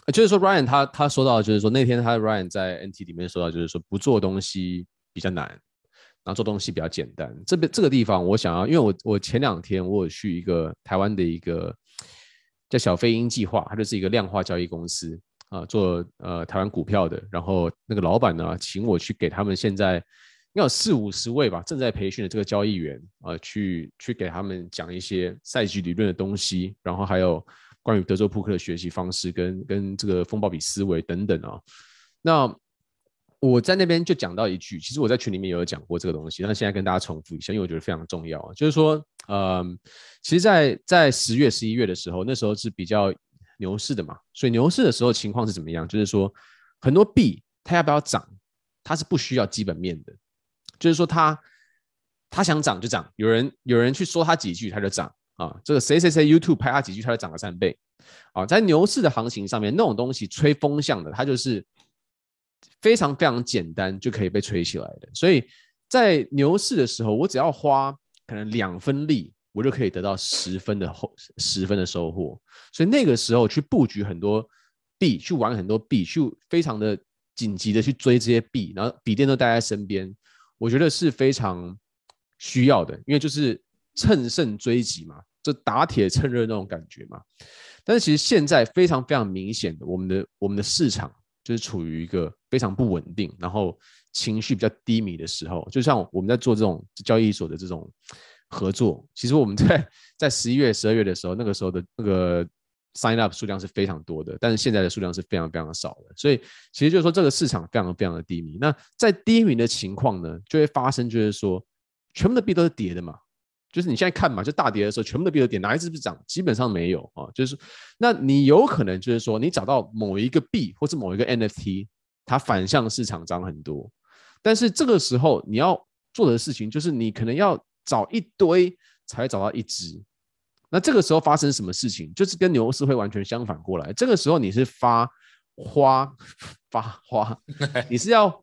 就是说 Ryan 他说到，就是说那天Ryan 在 NT 里面说到，就是说不做东西比较难，然后做东西比较简单。这个地方我想要，因为我前2天我有去一个台湾的一个叫小飞鹰计划，它就是一个量化交易公司做台湾股票的。然后那个老板呢，请我去给他们现在应该有40-50位吧，正在培训的这个交易员去给他们讲一些赛局理论的东西，然后还有关于德州扑克的学习方式跟这个风暴比思维等等啊。那我在那边就讲到一句，其实我在群里面有讲过这个东西，但现在跟大家重复一下，因为我觉得非常重要啊。就是说，其实在10月、11月的时候，那时候是比较牛市的嘛，所以牛市的时候情况是怎么样？就是说，很多币它要不要涨，它是不需要基本面的，就是说它想涨就涨，有人去说它几句，它就涨啊。这个谁 YouTube 拍它几句，它就涨了3倍啊。在牛市的行情上面，那种东西吹风向的，它就是非常非常简单就可以被吹起来的。所以在牛市的时候，我只要花可能2分力，我就可以得到10分的收获。所以那个时候去布局很多币，去玩很多币，去非常的紧急的去追这些币，然后笔电都带在身边，我觉得是非常需要的，因为就是乘胜追击嘛，就打铁趁热那种感觉嘛。但是其实现在非常非常明显的，我们的市场就是处于一个非常不稳定，然后情绪比较低迷的时候。就像我们在做这种交易所的这种合作，其实我们在11月、12月的时候，那个时候的那个 sign up 数量是非常多的，但是现在的数量是非常非常少的。所以其实就是说这个市场非常非常的低迷。那在低迷的情况呢，就会发生就是说全部的币都是跌的嘛。就是你现在看嘛，就大跌的时候，全部的币都跌，哪一只不是涨？基本上没有啊。就是那你有可能就是说，你找到某一个币或是某一个 NFT， 它反向市场涨很多，但是这个时候你要做的事情就是你可能要找一堆才找到一只。那这个时候发生什么事情？就是跟牛市会完全相反过来。这个时候你是发花，你是要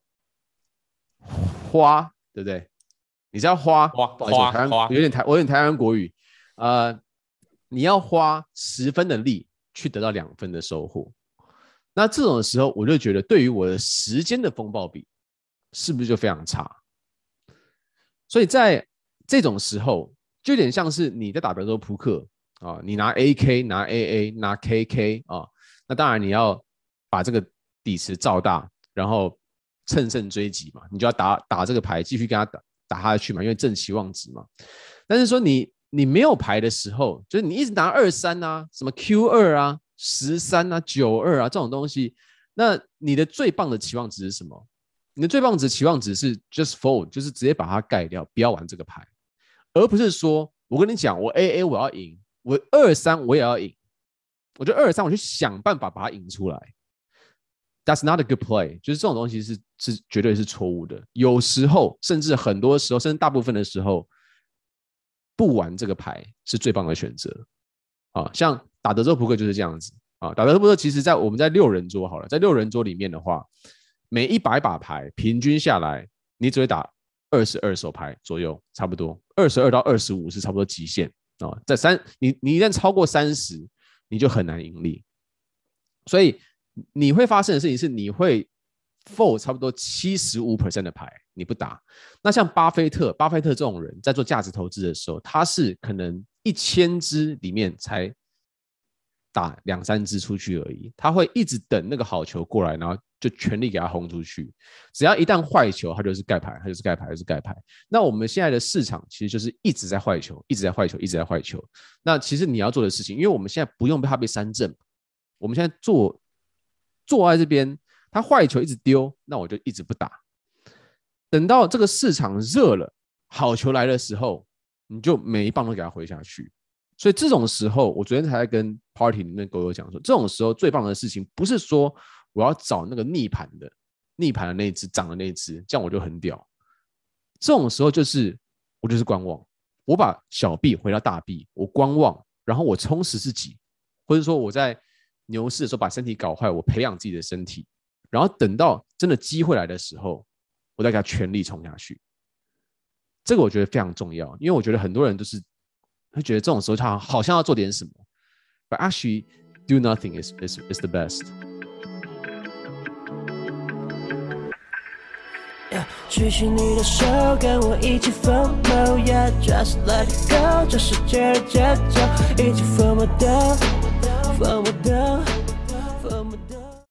花，对不对？你是要花，不好意思，我有点台湾国语，你要花10分的力去得到2分的收获。那这种时候，我就觉得对于我的时间的风暴比，是不是就非常差？所以在这种时候，就有点像是你在打德州扑克啊，你拿 AK、拿 AA、拿 KK 啊，那当然你要把这个底池造大，然后乘胜追击嘛，你就要打这个牌，继续跟他打下去嘛，因为正期望值嘛。但是说你没有牌的时候，就是你一直拿23啊，什么 Q2啊、13啊、92啊这种东西，那你的最棒的期望值是什么？你的最棒值期望值是 just fold， 就是直接把它盖掉，不要玩这个牌，而不是说我跟你讲，我 AA 我要赢，我23我也要赢，我就23我去想办法把它赢出来。That's not a good play， 就是这种东西是绝对是错误的。有时候，甚至很多时候，甚至大部分的时候，不玩这个牌是最棒的选择。啊，像打德州扑克就是这样子啊。打德州扑克其实我们在6人桌好了，在6人桌里面的话，每100把牌平均下来，你只会打22手牌左右，差不多22到25是差不多极限啊。你一旦超过30，你就很难盈利。所以你会发生的事情是，你会 fold 差不多75% 的牌，你不打。那像巴菲特这种人在做价值投资的时候，他是可能1000只里面才打2-3只出去而已，他会一直等那个好球过来，然后就全力给他轰出去。只要一旦坏球，他就是盖牌，那我们现在的市场其实就是一直在坏球，一直在坏球。那其实你要做的事情，因为我们现在不用怕被三振，我们现在坐在这边，他坏球一直丢，那我就一直不打。等到这个市场热了，好球来的时候，你就每一棒都给他挥下去。所以这种时候，我昨天才在跟 party 里面狗友讲说，这种时候最棒的事情不是说我要找那个逆盘的那一只涨的那一只，这样我就很屌。这种时候我就是观望，我把小币回到大币，我观望，然后我充实自己，或者说我在牛市的时候把身体搞坏，我培养自己的身体，然后等到真的机会来的时候，我再给他全力冲下去。这个我觉得非常重要，因为我觉得很多人都是会觉得这种时候他好像要做点什么 ，but actually do nothing is the best。 举起你的手，跟我一起疯魔 Yeah, just let it go， 这世界的节奏，一起疯魔的，疯魔的。